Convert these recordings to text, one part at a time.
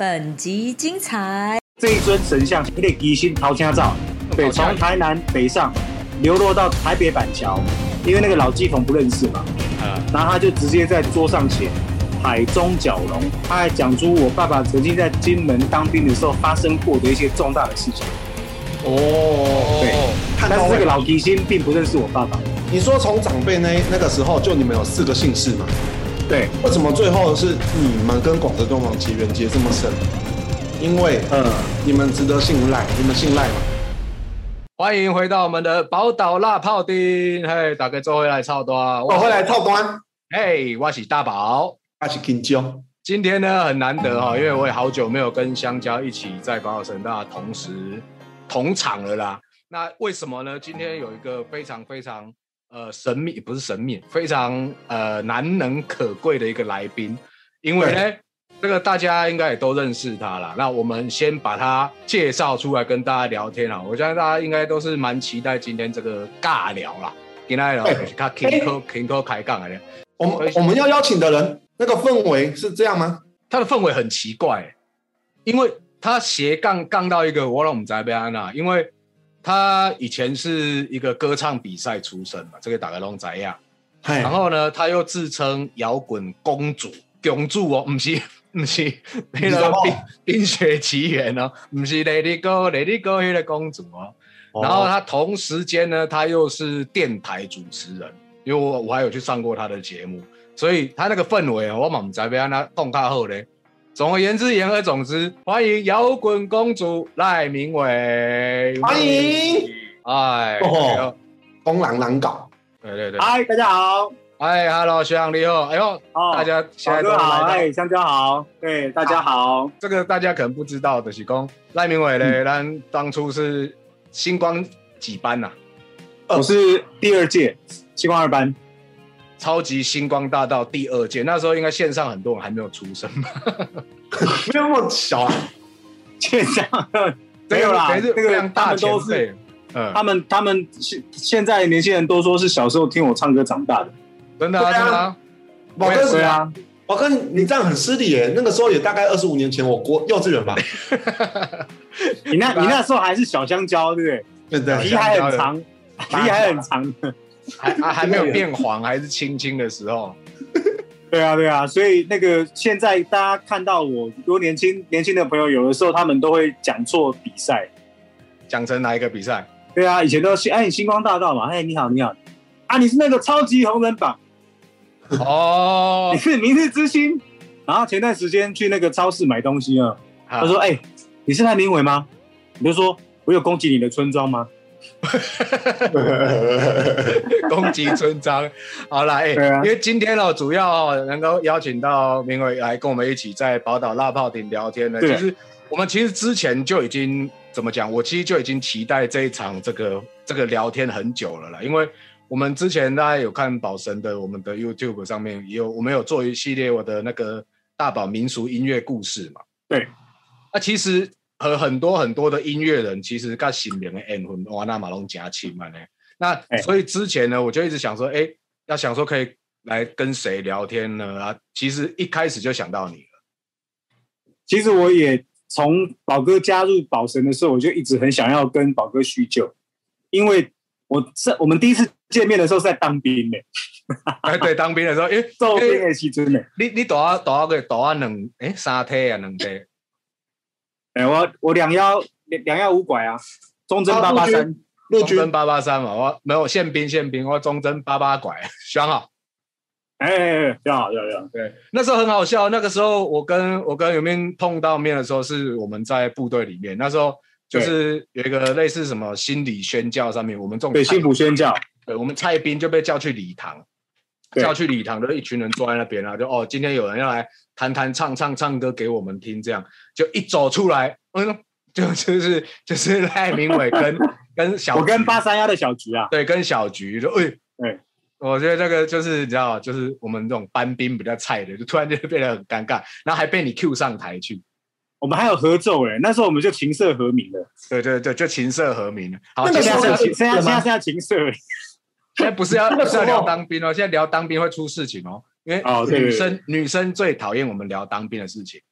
本集精彩。 这一尊神像，一个机身头前照，对，从台南北上，流落到台北板桥，因为那个老鸡童不认识嘛，然后他就直接在桌上写海中蛟龙，他还讲出我爸爸曾经在金门当兵的时候发生过的一些重大的事情。对，但是这个老鸡心并不认识我爸爸。 你说从长辈那个时候就你们有4个姓氏嘛？ 对， 为什么最后是你们跟广泽东王起源结这么深？因为你们值得信赖，你们信赖嘛？ 欢迎回到我们的宝岛辣泡丁，嘿，大家做回来操端， 我回来套端， 嘿，我是大宝， 我是金椒。 今天呢很难得哈，因为我也好久没有跟香蕉一起在宝岛神大同场了啦。那为什么呢？今天有一个非常神秘，不是神秘，非常难能可贵的一个来宾，因为呢，这个大家应该也都认识他啦。那我们先把他介绍出来跟大家聊天啊，我相信大家应该都是蛮期待今天这个尬聊啦。今天聊就是他轻口开杠的。 我们要邀请的人，那个氛围是这样吗？ 他的氛围很奇怪，因为他斜杠到一个我都不知道要怎样，因为他以前是一个歌唱比赛出身嘛，这个大家都知道。然后呢，他又自称摇滚公主哦，不是那个冰雪奇缘哦，不是 Let It Go 那个公主哦。然后他同时间呢，他又是电台主持人，因为我还有去上过他的节目，所以他那个氛围我嘛不知道要怎样讲较好咧。总而言之，言而总之，欢迎摇滚公主赖明伟， 欢迎！ 哎， 公狼狼搞， 对， 嗨，大家好， 哎 ，Hello， 学长你好，哎呦，大家现在都来好，哎，香蕉好，对，大家好。 这个大家可能不知道的是说，赖明伟呢，咱当初是星光几班呐？ 我是第2届星光2班。 超级星光大道第2届，那时候应该线上很多人还没有出生吧？ 没有那么小啊， 线上没有啦， 那个大前辈， 他们现在年轻人都说是小时候听我唱歌长大的， 真的啊，真的啊， 宝哥对啊，宝哥你这样很失礼耶，那个时候也大概25年前，我幼稚园吧。 你那时候还是小香蕉，对不对？皮还很长，皮还很长的。 还没有变黄，还是青青的时候。 对啊，所以那个现在大家看到我，如果年轻的朋友，有的时候他们都会讲错比赛， 讲成哪一个比赛？ 对啊，以前都是你星光大道嘛，哎你好啊，你是那个超级红人榜哦，你是明日之星。然后前段时间去那个超市买东西啊，他说你是赖明伟吗？你就说我有攻击你的村庄吗？ 攻击村庄，好啦，因为今天主要能够邀请到明伟来跟我们一起在宝岛辣泡亭聊天呢。其实我们之前就已经怎么讲，我其实就已经期待这一场这个聊天很久了啦，因为我们之前大家有看宝神的我们的 YouTube 上面我们有做一系列我的那个大宝民俗音乐故事嘛。对，那其实和很多的音乐人其实跟心灵的缘分哇那马龙加亲嘛呢。那所以之前呢，我就一直想说，要想说可以来跟谁聊天呢？啊，其实一开始就想到你了。 其实我也从宝哥加入宝神的时候，我就一直很想要跟宝哥叙旧，因为我们第一次见面的时候是在当兵呢。 对，当兵的时候， 做兵的时阵呢， 你多少3梯啊2梯？ 我两腰5拐啊，中针883， 中针883嘛，我没有宪兵，我中针88拐，选好。 要。 对，那时候很好笑，那个时候我跟有明碰到面的时候，是我们在部队里面，那时候就是有一个类似什么心理宣教上面，我们这种对心理宣教， 对，我们菜兵就被叫去礼堂，就一群人坐在那边啊，就今天有人要来弹唱歌给我们听，这样就一走出来，就是赖明伟跟小菊， 我跟831的小菊啊， 对，跟小菊就我觉得这个就是你知道，就是我们这种班兵比较菜的，就突然就变得很尴尬，然后还被你 Q 上台去。 我们还有合奏那时候我们就琴瑟和鸣了。对， 就琴瑟和鸣了。好， 现在要琴瑟。 现在不是要聊当兵哦，现在聊当兵会出事情哦，因为女生最讨厌我们聊当兵的事情，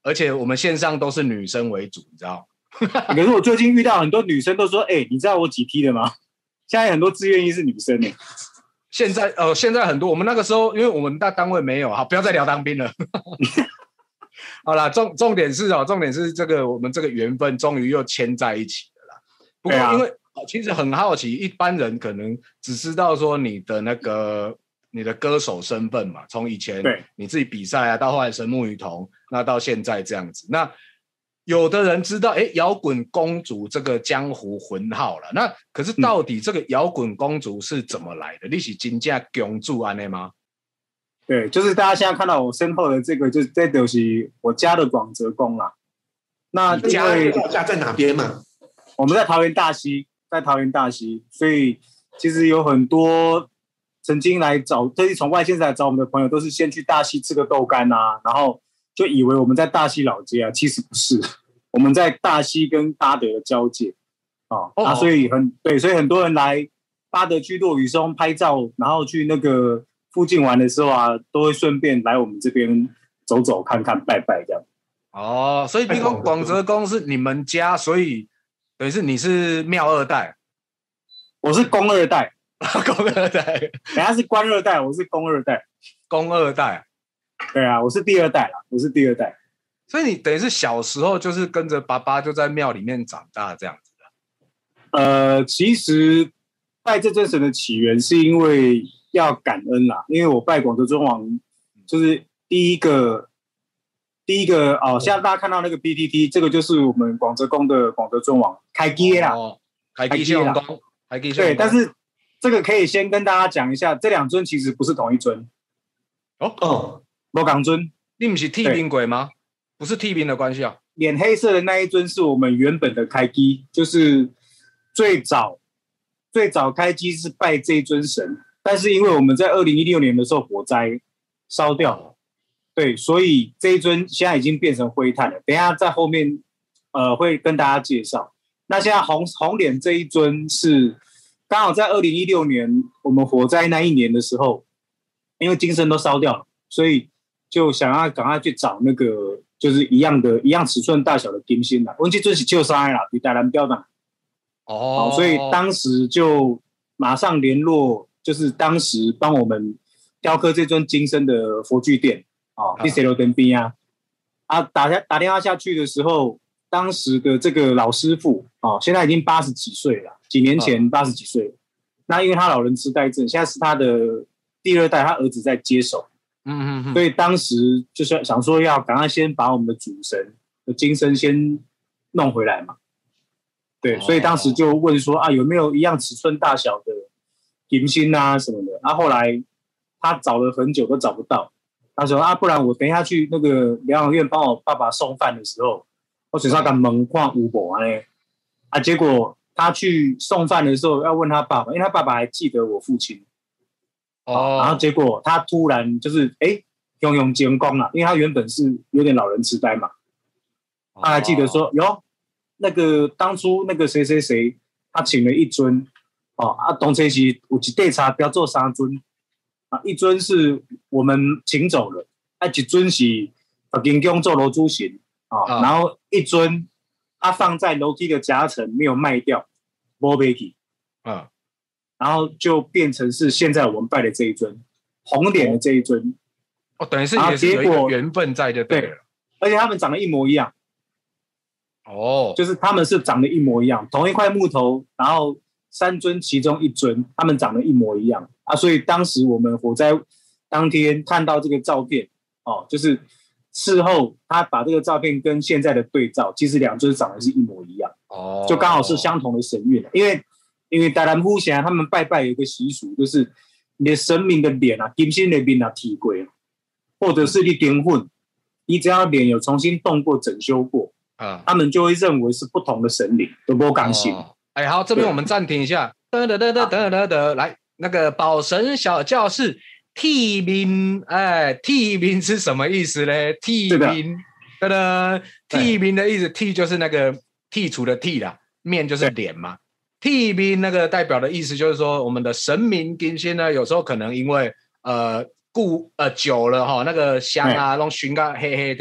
而且我们线上都是女生为主，你知道？ 可是我最近遇到很多女生都说，你知道我几梯的吗？现在很多志愿役是女生呢。 现在很多，我们那个时候，因为我们大单位没有，好，不要再聊当兵了。好啦，重点是这个我们这个缘分终于又牵在一起了啦。不过因为其实很好奇，一般人可能只知道说你的歌手身份嘛，从以前你自己比赛啊，到后来神木与瞳，那到现在这样子。那有的人知道摇滚公主这个江湖魂号了，那可是到底这个摇滚公主是怎么来的？你是真正公主安的吗？ 对，就是大家现在看到我身后的这个，这就是我家的广泽宫啦。那家在哪边嘛？ 我们在桃园大溪，所以其实有很多曾经来特地从外县来找我们的朋友，都是先去大溪吃个豆干啊，然后就以为我们在大溪老街啊，其实不是，我们在大溪跟八德的交界所以很多人来八德去落羽松拍照，然后去那个附近玩的时候啊，都会顺便来我们这边走走看看拜拜这样。 所以比如说广泽宫是你们家，所以等于是你是庙二代， 我是公二代， 公二代， 人家是官二代，我是公二代， 公二代。 对啊，我是第二代啦， 所以你等于是小时候就是跟着爸爸就在庙里面长大这样子的。其实拜这尊神的起源是因为要感恩啦，因为我拜广泽尊王就是第一个现在大家看到那个 BTT， 这个就是我们广泽宫的广泽尊王开基啦， 开基圣公， 对，但是这个可以先跟大家讲一下，这两尊其实不是同一尊。无同尊， 你不是剃兵鬼吗？不是剃兵的关系啊。 脸黑色的那一尊是我们原本的开基，就是最早开基是拜这一尊神，但是因为我们在2016年的时候火灾烧掉了，对，所以这一尊现在已经变成灰炭了。等一下在后面会跟大家介绍。那现在红脸这一尊是刚好在2016年我们火灾那一年的时候，因为金身都烧掉了，所以就想要赶快去找那个就是一样尺寸大小的金星啦。我这尊是旧衫啦，比台南标的。所以当时就马上联络，就是当时帮我们雕刻这尊金身的佛具店去西螺灯边打电话下去的时候，当时的这个老师傅现在已经80几岁了，几年前80几岁了。那因为他老人痴呆症，现在是他的第二代，他儿子在接手。所以当时就是想说要赶快先把我们的主神的金身先弄回来嘛。对，所以当时就问说有没有一样尺寸大小的金星啊什么的。后来他找了很久都找不到，他说不然我等一下去那个疗养院帮我爸爸送饭的时候，我手上敢问看有无结果他去送饭的时候要问他爸爸，因为他爸爸还记得我父亲。然后结果他突然就是用肩光了，因为他原本是有点老人痴呆嘛，他还记得说那个当初那个谁谁谁他请了一尊当初是有一对茶标做3尊一尊是我们请走了一尊是佛经宫做楼主神然后一尊他放在楼梯的夹层没有卖掉没卖去然后就变成是现在我们拜的这一尊红脸的这一尊等于是也是有一个缘分在就对了。 对，而且他们长得一模一样就是他们是长得一模一样，同一块木头，然后3尊其中1尊他们长得一模一样所以当时我们火灾当天看到这个照片就是事后他把这个照片跟现在的对照，其实2尊长得是一模一样就刚好是相同的神韵因为台南府县他们拜拜有一个习俗，就是你的神明的脸金星的面剃过，或者是你灵魂，你只要脸有重新动过、整修过他们就会认为是不同的神灵，都不甘心。 好，这边我们暂停一下，来那个宝神小教室剃面，剃面是什么意思呢？剃面，剃面的意思，剃就是那个剔除的剔啦，面就是脸嘛。剃面那个代表的意思就是说，我们的神明金星呢，有时候可能因为久了那个香那种熏到黑黑的，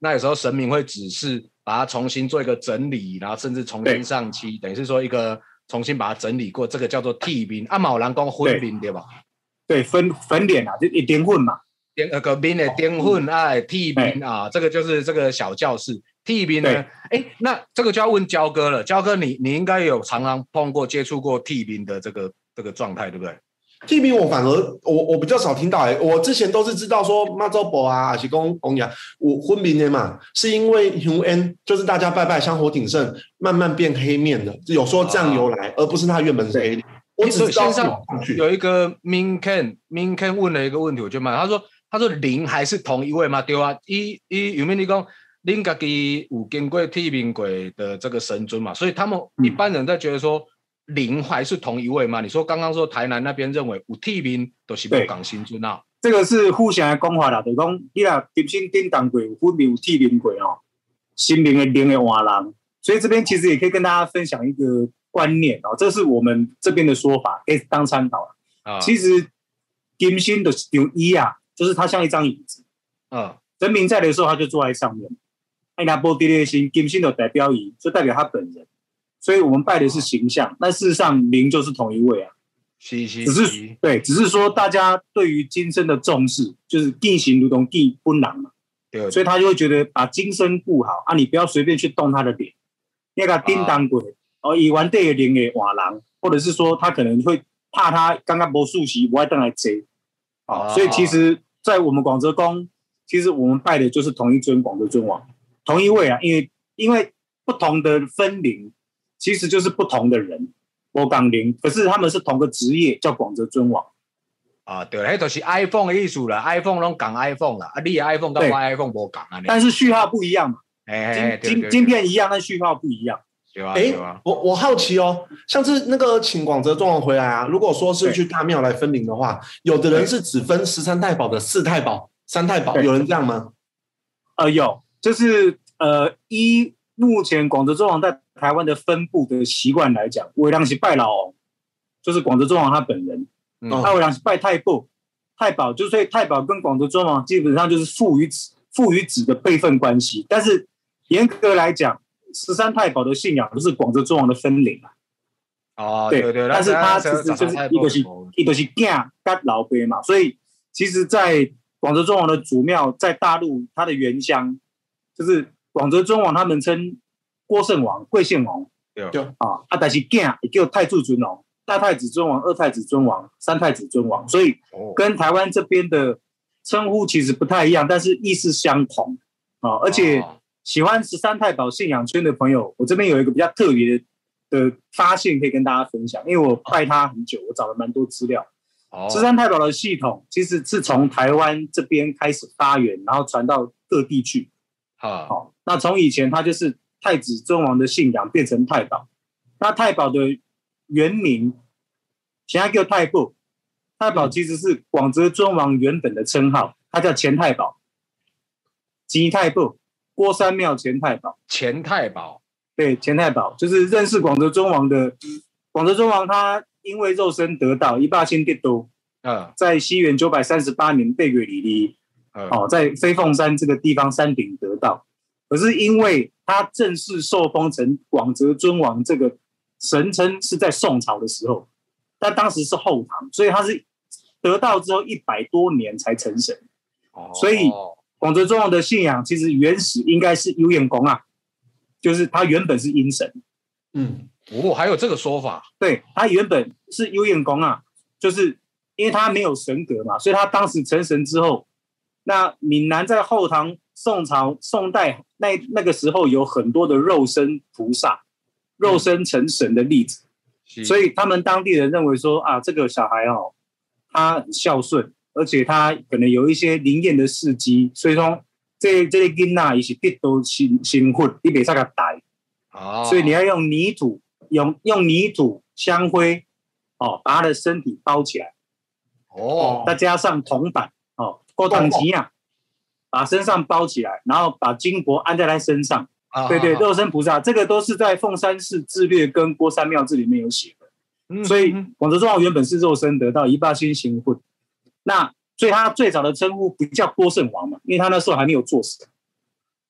那有时候神明会指示把它重新做一个整理，然后甚至重新上漆，等于是说一个重新把它整理过，这个叫做剃面。啊，有人讲分面对吧？ 对，分脸啊，就一点混嘛。 个面的点混啊，剃面啊，这个就是这个小教室。剃面呢？那这个就要问焦哥了。焦哥，你应该有常常碰过、接触过剃面的这个状态，对不对？ 剃面我反而我比较少听到我之前都是知道说妈祖婆啊，还是公爷，我分面的嘛，是因为香烟就是大家拜拜香火鼎盛，慢慢变黑面的，有说这样由来，而不是它原本是黑脸。我只知道线上有一个 Min Ken 问了一个问题，我就问他说灵还是同一位吗？对啊，有没有你讲？您自己有经过剃面过的这个神尊嘛，所以他们一般人在觉得说灵还是同一位嘛？你说刚刚说台南那边认为有剃面都是无港神尊啊， 这个是互相的讲法啦，就是讲你若金星叮当过有分面有剃面过心灵的灵的换人，所以这边其实也可以跟大家分享一个观念这是我们这边的说法，可以当参考其实金星的像椅啊，就是它像一张椅子神明在的时候他就坐在上面。那波地列星金星的代表仪就代表他本人，所以我们拜的是形象，但事实上灵就是同一位啊。只是说大家对于今生的重视，就是敬行如同敬本人嘛，所以他就会觉得把今生顾好你不要随便去动他的脸，那个叮当鬼以完对的灵的瓦郎，或者是说他可能会怕他刚刚没熟悉，不爱登来贼所以其实，在我们广泽宫，其实我们拜的就是同一尊广泽尊王。同一位啊，因为不同的分灵，其实就是不同的人，无同灵，可是他们是同个职业，叫广泽尊王。 对，那就是 iPhone 的意思啦 ，iPhone 拢讲 iPhone 啦，你的 iPhone 跟我 iPhone 无讲啊。 但是序号不一样嘛，晶片一样，但序号不一样。 对啊。 我好奇像是那个请广泽尊王回来啊，如果说是去大庙来分灵的话，有的人是只分13太保的4太保、3太保，有人这样吗？ 有。就是依目前广泽尊王在台湾的分布的习惯来讲，有人是拜老王，就是广泽尊王他本人；有人是拜太保，就所以太保跟广泽尊王基本上就是父与子的辈分关系。但是严格来讲，13太保的信仰都是广泽尊王的分灵对，但是他其实就是一个是囝跟老辈嘛，所以其实，在广泽尊王的祖庙在大陆，它的原乡。就是广泽尊王，他们称郭圣王、贵县王，但是囝也叫太祖尊王、大太子尊王、二太子尊王、三太子尊王，所以跟台湾这边的称呼其实不太一样，但是意思相同而且喜欢13太保信仰圈的朋友，我这边有一个比较特别的发现可以跟大家分享，因为我拜他很久，我找了蛮多资料。13太保的系统其实是从台湾这边开始发源，然后传到各地去。那从以前他就是太子尊王的信仰变成太保，那太保的原名现在叫太保，太保其实是广泽尊王原本的称号，他叫前太保、吉太保、郭山庙前太保。 前太保， 对，前太保就是认识广泽尊王的。广泽尊王他因为肉身得道，一霸先跌倒，在西元938年8月里在飞凤山这个地方山顶得道，可是因为他正式受封成广泽尊王，这个神称是在宋朝的时候，但当时是后唐，所以他是得道之后100多年才成神。所以广泽尊王的信仰其实原始应该是有眼公就是他原本是阴神。 还有这个说法？ 对，他原本是有眼公就是因为他没有神格嘛，所以他当时成神之后。那闽南在后唐、宋朝、宋代那个时候有很多的肉身菩萨、肉身成神的例子，所以他们当地人认为说这个小孩他很孝顺，而且他可能有一些灵验的事迹，所以说这个囡仔也是得到神魂，你没啥个带所以你要用泥土、用泥土、香灰把他的身体包起来再加上铜板过档期把身上包起来，然后把金箔安在他身上。对，肉身菩萨这个都是在凤山市志略跟郭山庙志里面有写的。所以广泽尊王原本是肉身得道，一霸先行混。那所以他最早的称呼不叫郭圣王嘛，因为他那时候还没有做神。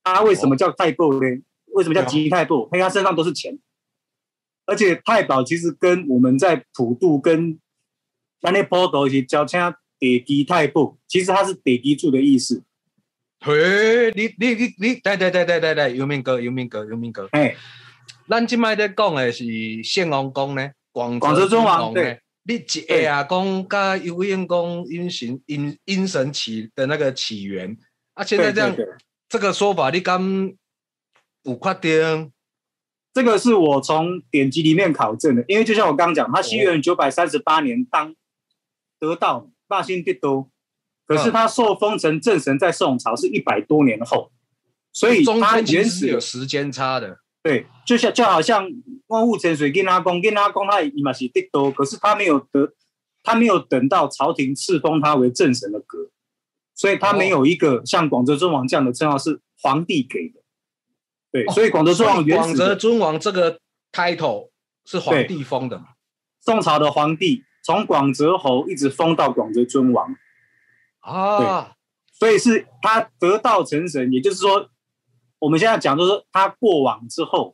他为什么叫太保呢？为什么叫吉太保？因为他身上都是钱，而且太保其实跟我们在普渡跟咱那普渡是叫称地基太保，其实它是地基主的意思。 嘿，你，对，游民哥， 哎， 咱今麦在讲的是献王宫呢，广泽尊王对。 你一下啊，讲跟游燕宫阴神起的那个起源啊，现在这样这个说法，你敢有确定？ 这个是我从典籍里面考证的，因为就像我刚刚讲，他西元938年当得道大兴帝都，可是他受封成正神在宋朝是100多年后，所以他原始有时间差的。 对，就好像万物沉水跟他讲他也是帝都，可是他没有等到朝廷赐封他为正神的格，所以他没有一个像广泽尊王这样的称号是皇帝给的。对，所以广泽尊王广泽尊王这个 title 是皇帝封的嘛？ 宋朝的皇帝从广泽侯一直封到广泽尊王啊，所以是他得道成神，也就是说。我们现在讲，就是他过往之后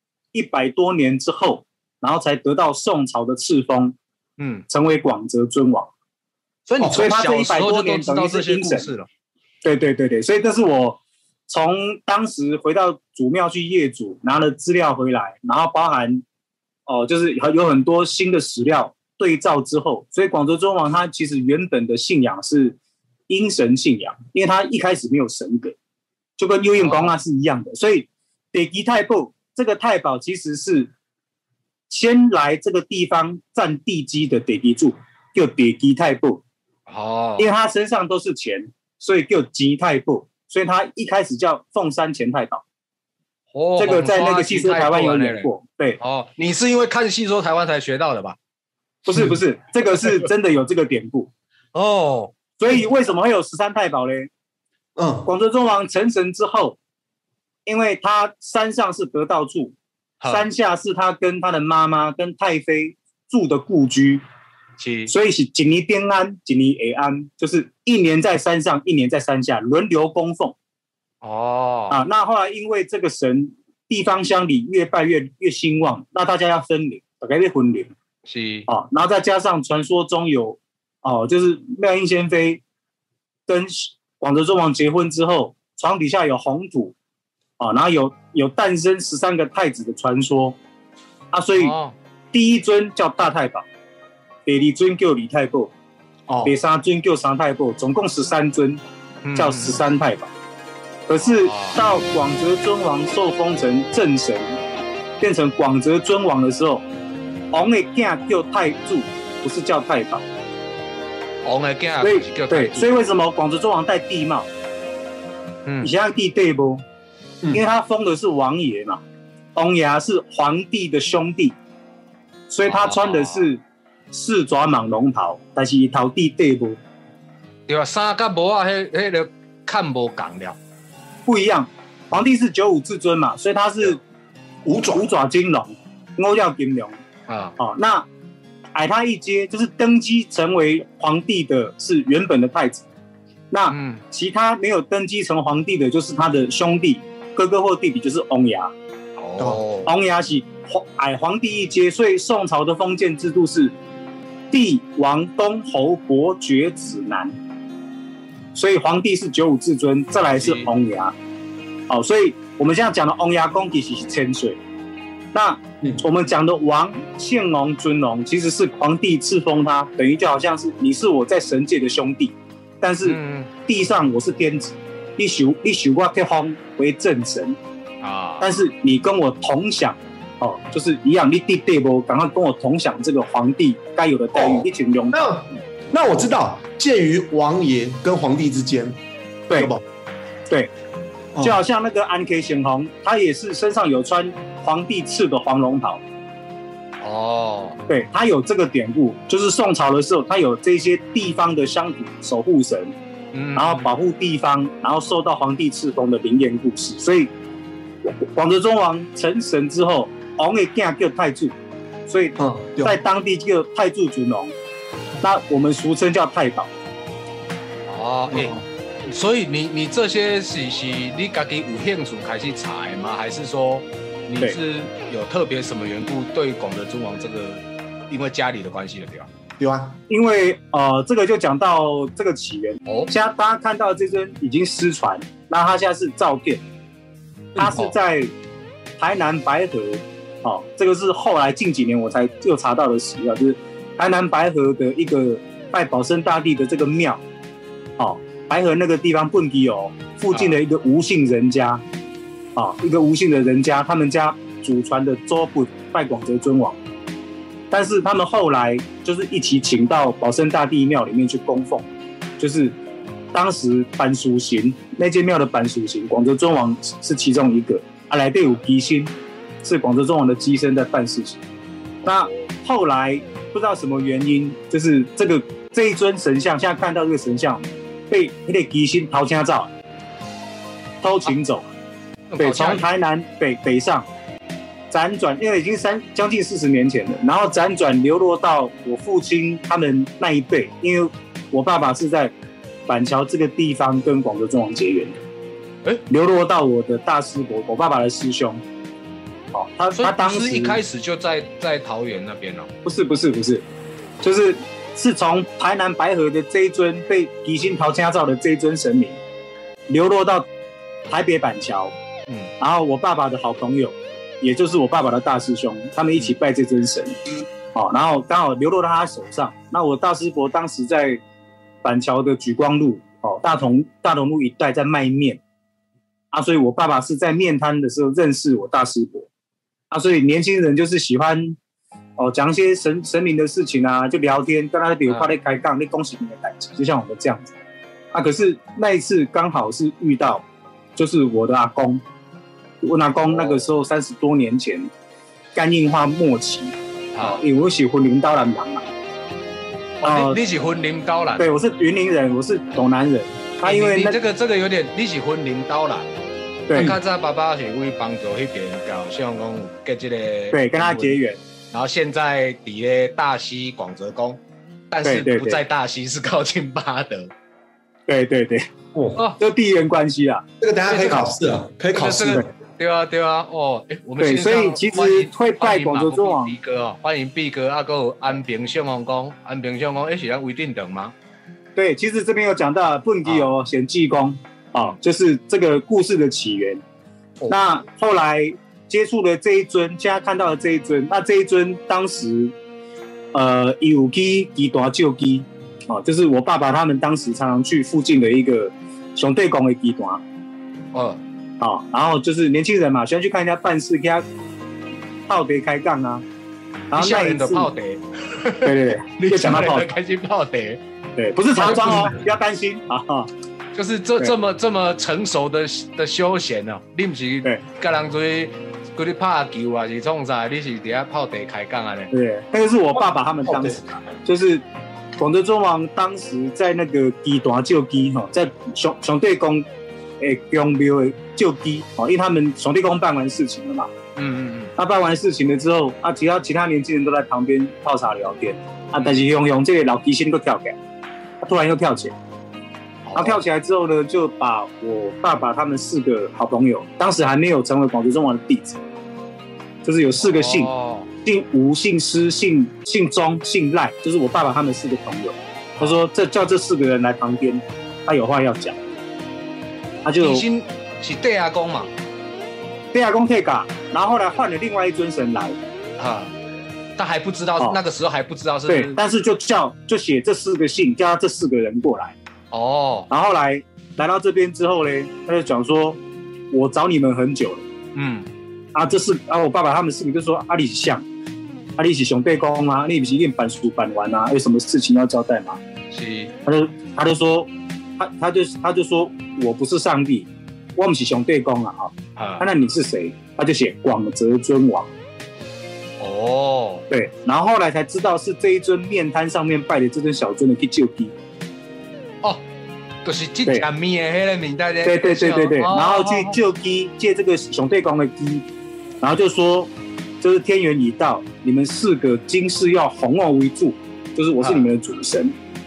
100多年之后，然后才得到宋朝的赐封，成为广泽尊王。 所以你从他这100多年知道这些故事了。 对，所以这是我从当时回到祖庙去谒祖，拿了资料回来，然后包含就是有很多新的史料对照之后，所以广泽尊王他其实原本的信仰是阴神信仰，因为他一开始没有神格。就跟幽燕宫是一样的，所以地基太保这个太保其实是先来这个地方占地基的地基主，叫地基太保。因为他身上都是钱，所以叫吉太保，所以他一开始叫凤山钱太保。这个在那个戏说台湾有演过。对， 你是因为看戏说台湾才学到的吧？ 不是，这个是真的有这个典故。所以为什么会有13太保呢？广泽尊王成神之后，因为他山上是得道处，山下是他跟他的妈妈跟太妃住的故居，所以是一年边安，一年会安，就是1年在山上，1年在山下，轮流供奉。那后来因为这个神地方乡里越拜越兴旺，那大家要分灵，大概要分灵。然后再加上传说中有就是妙音仙妃跟广泽尊王结婚之后，床底下有红土然后有诞生13个太子的传说所以第一尊叫大太保，第二尊叫李太保，第三尊叫三太保，总共13尊，叫13太保。可是到广泽尊王受封成正神，变成广泽尊王的时候，王的囝叫太柱，不是叫太保。所以为什么广泽尊王戴地帽？你想想地对不？因为他封的是王爷嘛，王爷是皇帝的兄弟，所以他穿的是4爪蟒龙袍，但是头地对不？ 对啊，衫跟帽啊，那个看不讲了， 不一样。皇帝是95至尊嘛，所以他是五爪金龙，5爪金龙那矮他一阶，就是登基成为皇帝的是原本的太子，那其他没有登基成皇帝的，就是他的兄弟、哥哥或弟弟，就是王爷。王爷是矮皇帝一阶，所以宋朝的封建制度是帝王公侯伯爵子男，所以皇帝是95至尊，再来是王爷。所以我们现在讲的王爷公其实是1000岁。那我们讲的王献王尊王，其实是皇帝赐封他，等于就好像是你是我在神界的兄弟，但是地上我是天子，你受我贴封为正神但是你跟我同享就是一样，你弟弟不赶快跟我同享这个皇帝该有的待遇，一群拥抱。 那我知道，介于王爷跟皇帝之间， 对，就好像那个安 K 显宏，他也是身上有穿皇帝赐的黄龙袍。对，他有这个典故，就是宋朝的时候，他有这些地方的乡土守护神，然后保护地方，然后受到皇帝赐封的灵验故事。所以广泽尊王成神之后，王的囝叫太柱，所以在当地叫太柱尊王，那我们俗称叫太保。 所以你这些是你自己有兴趣开始查的吗？还是说你是有特别什么缘故对广德尊王这个，因为家里的关系的对吧？ 有啊， 因为这个就讲到这个起源哦。现在大家看到这尊已经失传，那它现在是照片，它是在台南白河，这个是后来近几年我才又查到的史料，就是台南白河的一个拜保生大帝的这个庙，白河那个地方本地附近的一个吴姓人家，一个吴姓的人家，他们家祖传的周本拜广德尊王。但是他们后来就是一起请到保生大帝庙里面去供奉，就是当时板属行那间庙的板属行，广德尊王是其中一个，来对有机身，是广德尊王的机身在办事情。那后来不知道什么原因，就是这一尊神像，现在看到这个神像被那个机身偷请走，偷请走，对，从台南北上。辗转，因为已经将近40年前了，然后辗转流落到我父亲他们那一辈，因为我爸爸是在板桥这个地方跟广德尊王结缘的，流落到我的大师伯，我爸爸的师兄。他当时一开始就在桃园那边哦？ 不是，是从台南白河的这一尊被吉星桃家造的这一尊神明，流落到台北板桥，然后我爸爸的好朋友。也就是我爸爸的大师兄，他们一起拜这尊神，然后刚好流落到他手上。那我大师伯当时在板桥的莒光路，大同路一带在卖面，所以我爸爸是在面摊的时候认识我大师伯，所以年轻人就是喜欢讲一些神明的事情啊，就聊天，跟他比如话在开杠，在恭喜你的感情，就像我们这样子。可是那一次刚好是遇到，就是我的阿公。我阿公那个时候30多年前肝硬化末期，因为我是云林刀兰人嘛。 你是云林刀兰？ 对，我是云林人，我是斗南人。因为你这个有点，你是云林刀兰。 对。 较早爸爸是为帮助那边搞，希望讲跟这个对跟他结缘。 然后现在在大溪广泽宫，但是不在大溪，是靠近八德。 对，就地缘关系啊。 这个等一下可以考试啊，可以考试。 对啊，我们所以其实会拜广德尊王。 毕哥欢迎毕哥，还有安平相公公，是咱威定等吗？ 对，其实这边有讲到本地显济公就是这个故事的起源。那后来接触了这一尊，现在看到的这一尊，那这一尊当时有机大救机就是我爸爸他们当时常常去附近的一个兄弟公的机大。然后就是年轻人嘛，喜欢去看人家办事，给他泡茶开杠啊。然后那一次泡茶， 对，就讲到泡茶， 开心泡茶。 对，不是茶庄不要担心啊。 就是这么成熟的休闲哦，你不是跟人出去拍球啊，是创啥？你是在泡茶开杠啊？ 对，那个是我爸爸他们当时就是广德尊王当时在那个机大救机在兄弟公。公庙的救机因为他们兄弟公办完事情了嘛，那办完事情了之后其他年轻人都在旁边泡茶聊天但是用这个老机仙都跳起来，突然又跳起来，然后跳起来之后呢，就把我爸爸他们4个好朋友，当时还没有成为广德尊王的弟子，就是有4个姓，姓吴、姓施、姓钟、姓赖，就是我爸爸他们4个朋友。他说叫这4个人来旁边，他有话要讲。他就是地阿公嘛， 地阿公退嘎，然后后来换了另外一尊神来， 他还不知道，那个时候还不知道是。 对，但是就写这4个姓，叫这4个人过来。然后后来到这边之后呢，他就讲说，我找你们很久了。我爸爸他们4个就说，你是像，你是兄弟公啊，你不是练板书板完啊，有什么事情要交代吗？ 是。 他就说。他就说我不是上帝，我不是兄弟公那你是谁？他就写广泽尊王。对，然后后来才知道是这一尊面摊上面拜的这尊小尊的去救机。 就是这家面的那个名单的。 对，然后去救机，借这个兄弟公的机，然后就说，就是天元已到，你们4个今世要弘我为主，就是我是你们的主神。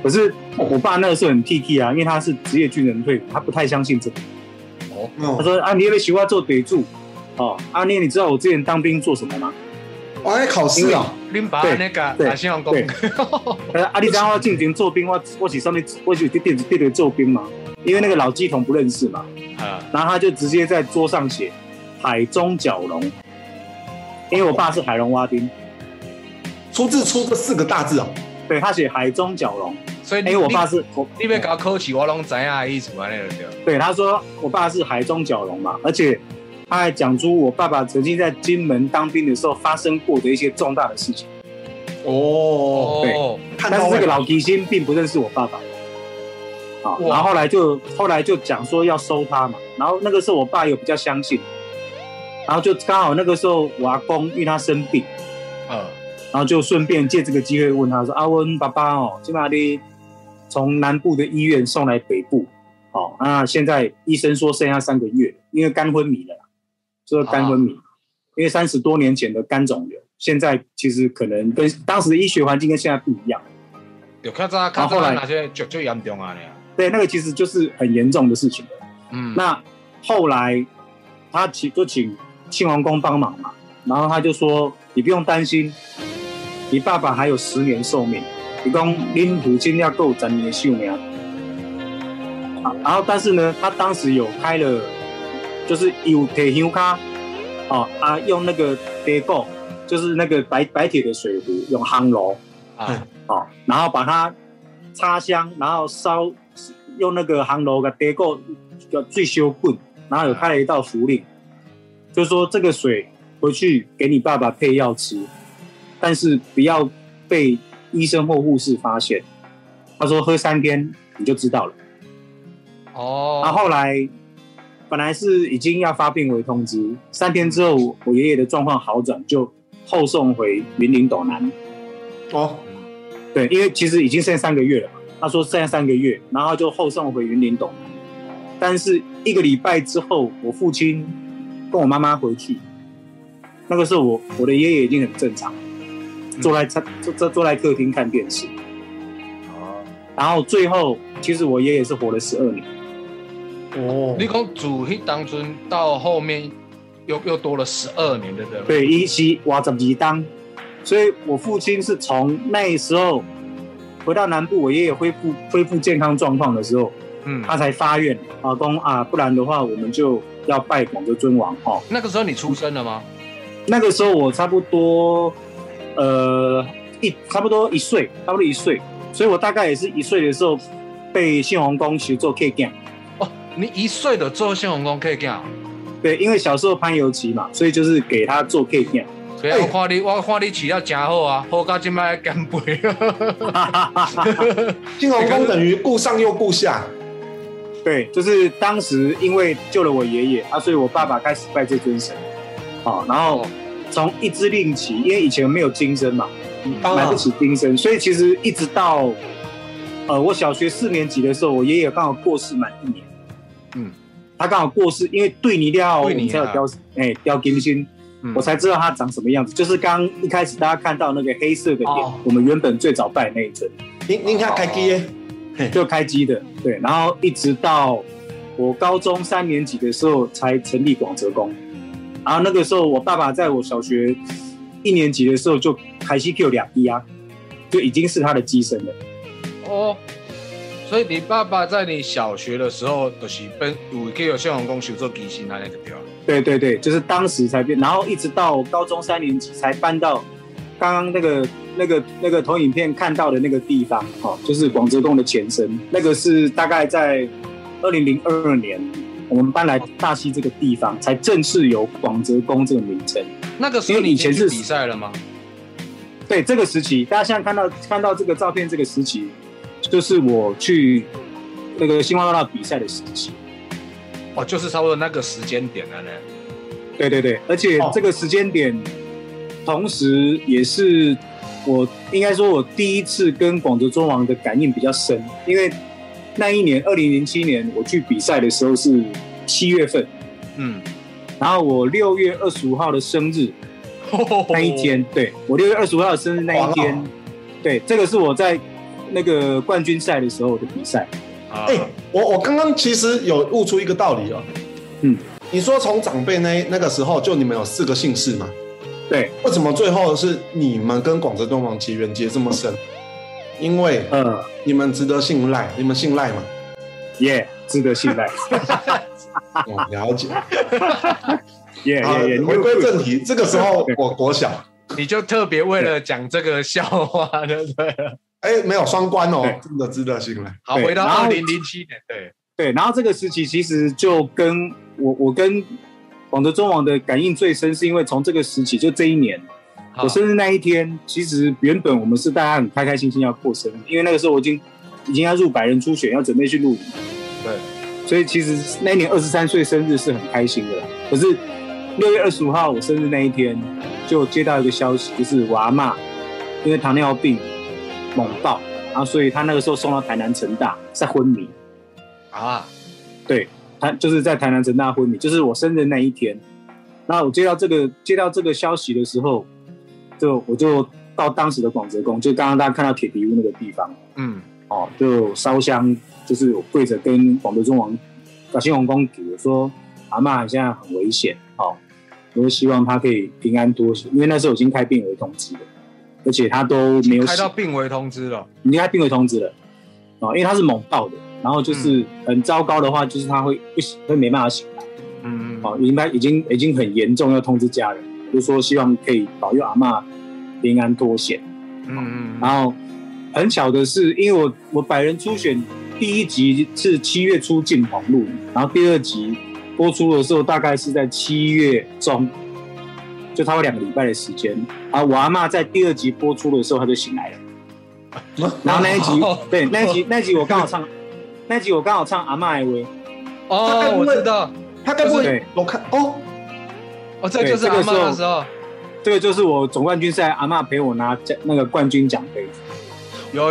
可是我爸那个时候很 T 啊，因为他是职业军人退伍，他不太相信这个。他说啊，你要不要喜欢做地主？哦，阿念，你知道我之前当兵做什么吗？ 我还考试哦， 恁爸那个哪些讲？ 啊，你知道我进前做兵，我是上面我是电子队做兵嘛，因为那个老鸡童不认识嘛，然后他就直接在桌上写海中蛟龙，因为我爸是海龙蛙丁， 出这4个大字哦。 对，他写海中蛟龙， 所以因为我爸是你要搞考试，我拢知影意思嘛，那个对，他说我爸是海中蛟龙嘛，而且他还讲出我爸爸曾经在金门当兵的时候发生过的一些重大的事情。对，但是这个老吉星并不认识我爸爸。好，然后后来就讲说要收他嘛，然后那个时候我爸有比较相信，然后就刚好那个时候我阿公因为他生病，然后就顺便借这个机会问他说：“阿温爸爸哦，今嘛你从南部的医院送来北部，哦，那现在医生说剩下3个月，因为肝昏迷了，说肝昏迷，因为30多年前的肝肿瘤，现在其实可能跟当时的医学环境跟现在不一样。 有看到后来哪些就严重啊？ 对，那个其实就是很严重的事情。那后来他就请庆王公帮忙嘛，然后他就说你不用担心。”你爸爸还有10年寿命，你讲恁父亲要够10年寿命，然后但是呢，他当时有开了，就是有铁香卡，用那个铁锅，就是那个白铁的水壶，用烘炉然后把它插香，然后用那个烘炉的铁锅叫最修棍，然后有开了一道符令，就是说这个水回去给你爸爸配药吃。但是不要被医生或护士发现。他说喝3天你就知道了。然后后来本来是已经要发病危通知，3天之后我爷爷的状况好转，就后送回云林斗南。对，因为其实已经剩3个月了嘛。他说剩下3个月，然后就后送回云林斗南。但是1个礼拜之后，我父亲跟我妈妈回去，那个时候我的爷爷已经很正常。坐在客厅看电视，然后最后其实我爷爷是活了12年。 你讲自迄当中到后面又多了12年的人。 对，一期52当，所以我父亲是从那时候回到南部，我爷爷恢复健康状况的时候，他才发愿说不然的话我们就要拜广州尊王。 那个时候你出生了吗？ 那个时候我差不多。差不多1岁，所以我大概也是1岁的时候被信王公许做 K 干。 你1岁的做信王公 K 干？ 对，因为小时候攀油漆嘛，所以就是给他做 K 干。 所以我看你饲了真好啊，好到现在干杯。 信王公等于顾上又顾下。 对，就是当时因为救了我爷爷所以我爸爸开始拜这尊神。然后。从一支令起，因为以前没有金身嘛，买不起金身，所以其实一直到我小学4年级的时候，我爷爷刚好过世满1年。他刚好过世，因为对你料我们才有雕金星，我才知道他长什么样子。就是刚一开始大家看到那个黑色的脸，我们原本最早拜的那一尊。 您看开机耶， 就开机的，对，然后一直到我高中3年级的时候才成立广泽宫。然后那个时候，我爸爸在我小学1年级的时候就开始 Q 2滴就已经是他的机身了。 所以你爸爸在你小学的时候，就是有去信王公修做机身那个对吧？ 对，就是当时才变，然后一直到高中3年级才搬到刚刚那个投影片看到的那个地方，就是广泽宫的前身。那个是大概在2002年。我们搬来大溪这个地方，才正式有广泽宫这个名称。 那个时候你以前是比赛了吗？ 对，这个时期，大家现在看到这个照片，这个时期就是我去那个星光大道比赛的时期。 就是差不多那个时间点了呢。 对，而且这个时间点，同时也是我应该说我第一次跟广泽尊王的感应比较深，因为。那一年2007年我去比赛的时候是7月份，然后我6月25号的生日那一天，对，我6月25号的生日那一天，对，这个是我在那个冠军赛的时候的比赛。 我刚刚其实有悟出一个道理哦。你说从长辈那个时候就你们有4个姓氏嘛？ 对。 为什么最后是你们跟广泽敦煌结缘结这么深？因为你们值得信赖，你们信赖嘛？ 值得信赖。 了解。 回归正题，这个时候我国小， 你就特别为了讲这个笑话，对不对？ 没有双关哦，真的值得信赖。 好，回到2007年， 对，然后这个时期其实就跟我跟广泽尊王的感应最深，是因为从这个时期就这一年，我生日那一天，其实原本我们是大家很开开心心要过生日，因为那个时候我已经要入百人初选，要准备去录影。 对， 所以其实那一年23岁生日是很开心的啦。可是6月25号我生日那一天，就接到一个消息，就是我阿嬷因为糖尿病猛爆，然后所以他那个时候送到台南成大在昏迷啊。对，他就是在台南成大昏迷，就是我生日那一天。那我接到这个消息的时候，我就到当时的广泽宫，就刚刚大家看到铁皮屋那个地方，就烧香，就是我跪着跟广泽尊王搞新王公主说，阿嬷现在很危险，我希望他可以平安多险，因为那时候已经开病危通知了，而且他都没有开到病危通知了， 已经开病危通知了，因为他是猛爆的，然后就是很糟糕的话，就是他会没办法醒来，已经很严重，要通知家人，就说希望可以保佑阿嬷平安脱险。然后很巧的是，因为我百人初选第1集是7月初进棚录，然后第2集播出的时候大概是在7月中，就差不多2个礼拜的时间。啊，我阿嬷在第2集播出的时候，她就醒来了。然后那一集，对，那一集我刚好唱，阿嬷的歌。 我知道， 他该不会我看这就是阿嬷的时候。 这个就是我总冠军赛，阿嬷陪我拿那个冠军奖杯。 有，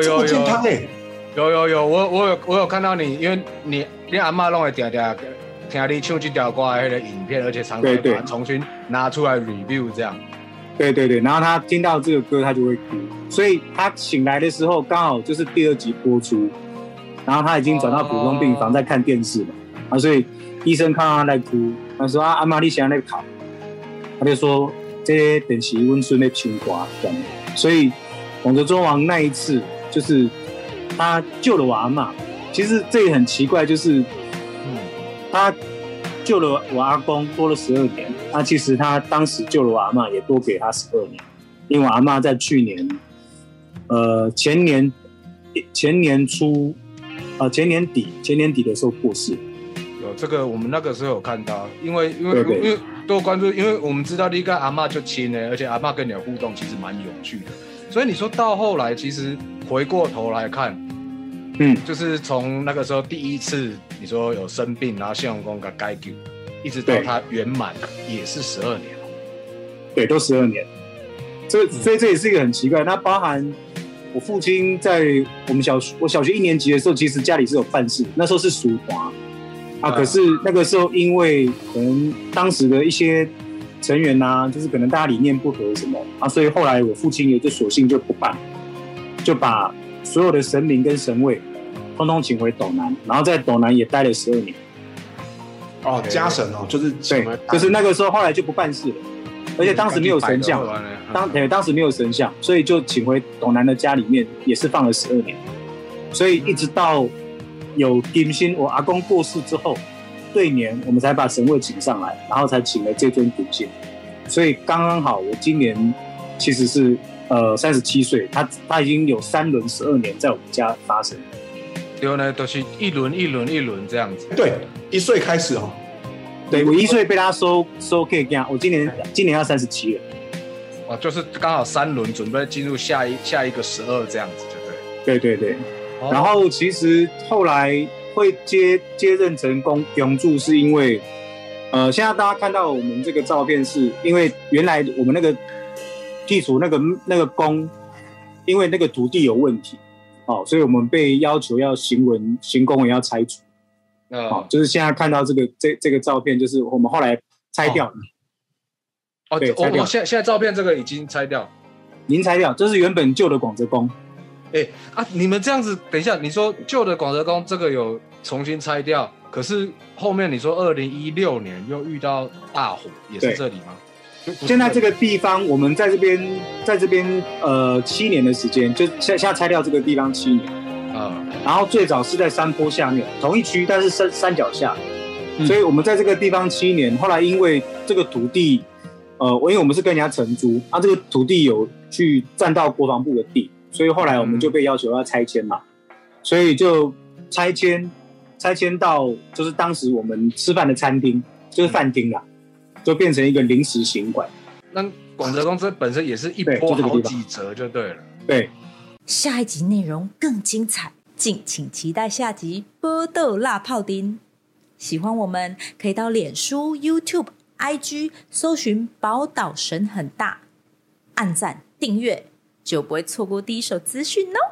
我有看到你，因为你阿嬷弄会定听你唱这条歌的那个影片，而且常常把它重新拿出来 review 这样。 对，然后他听到这个歌，他就会哭，所以他醒来的时候刚好就是第2集播出，然后他已经转到普通病房在看电视了，所以医生看到他在哭，他说阿嬷你现在在哭，他就说这电视我孙在唱歌这样，所以广泽尊王那一次就是他救了我阿嬷，其实这也很奇怪，就是他救了我阿公多了12年，其实他当时救了我阿嬷也多给他12年，因为我阿嬷在去年，前年底的时候过世。 有这个，我们那个时候有看到，因为多关注，因为我们知道你跟阿嬷就亲呢，而且阿嬷跟你的互动其实蛮有趣的，所以你说到后来，其实回过头来看，就是从那个时候第1次你说有生病，然后信王公给改救，一直到他圆满也是12年， 对，都12年，所以这也是一个很奇怪。那包含我父亲在我小学1年级的时候，其实家里是有办事，那时候是属华。可是那个时候，因为可能当时的一些成员就是可能大家理念不合什么所以后来我父亲也就索性就不办，就把所有的神明跟神位通通请回斗南，然后在斗南也待了12年。 家神就是对，就是那个时候后来就不办事了，而且当时没有神像，当时没有神像，所以就请回斗南的家里面，也是放了12年，所以一直到有金星，我阿公过世之后，对年我们才把神位请上来，然后才请了这尊金星，所以刚刚好，我今年其实是37岁，他已经有3轮12年在我们家发生。 对呢，都是一轮这样子。 对，1岁开始对，我1岁被他收可以这样，我今年要37了。 就是刚好3轮准备进入下一个12这样子，对不对？对。然后其实后来会接任成永驻，是因为现在大家看到我们这个照片，是因为原来我们那个剔除那个宫，因为那个土地有问题，所以我们被要求要行宫文要拆除，就是现在看到这个照片，就是我们后来拆掉对，现在照片这个已经拆掉， 这是原本旧的广泽宫。 你们这样子，等一下，你说旧的广德宫这个有重新拆掉，可是后面你说2016年又遇到大火，也是这里吗？ 现在这个地方，我们在这边7年的时间，就现在拆掉这个地方7年。然后最早是在山坡下面同一区，但是山脚下，所以我们在这个地方7年。后来因为这个土地，因为我们是跟人家承租，这个土地有去占到国防部的地，所以后来我们就被要求要拆迁嘛，所以就拆迁到就是当时我们吃饭的餐厅，就是饭厅啦。就变成一个临时行馆。 那广德宫这本身也是一波好几折就对了。 对， 下一集内容更精彩，敬请期待下集波豆辣泡丁。喜欢我们可以到脸书、YouTube、IG 搜寻宝岛神很大，按赞订阅就不会错过第一手资讯哦。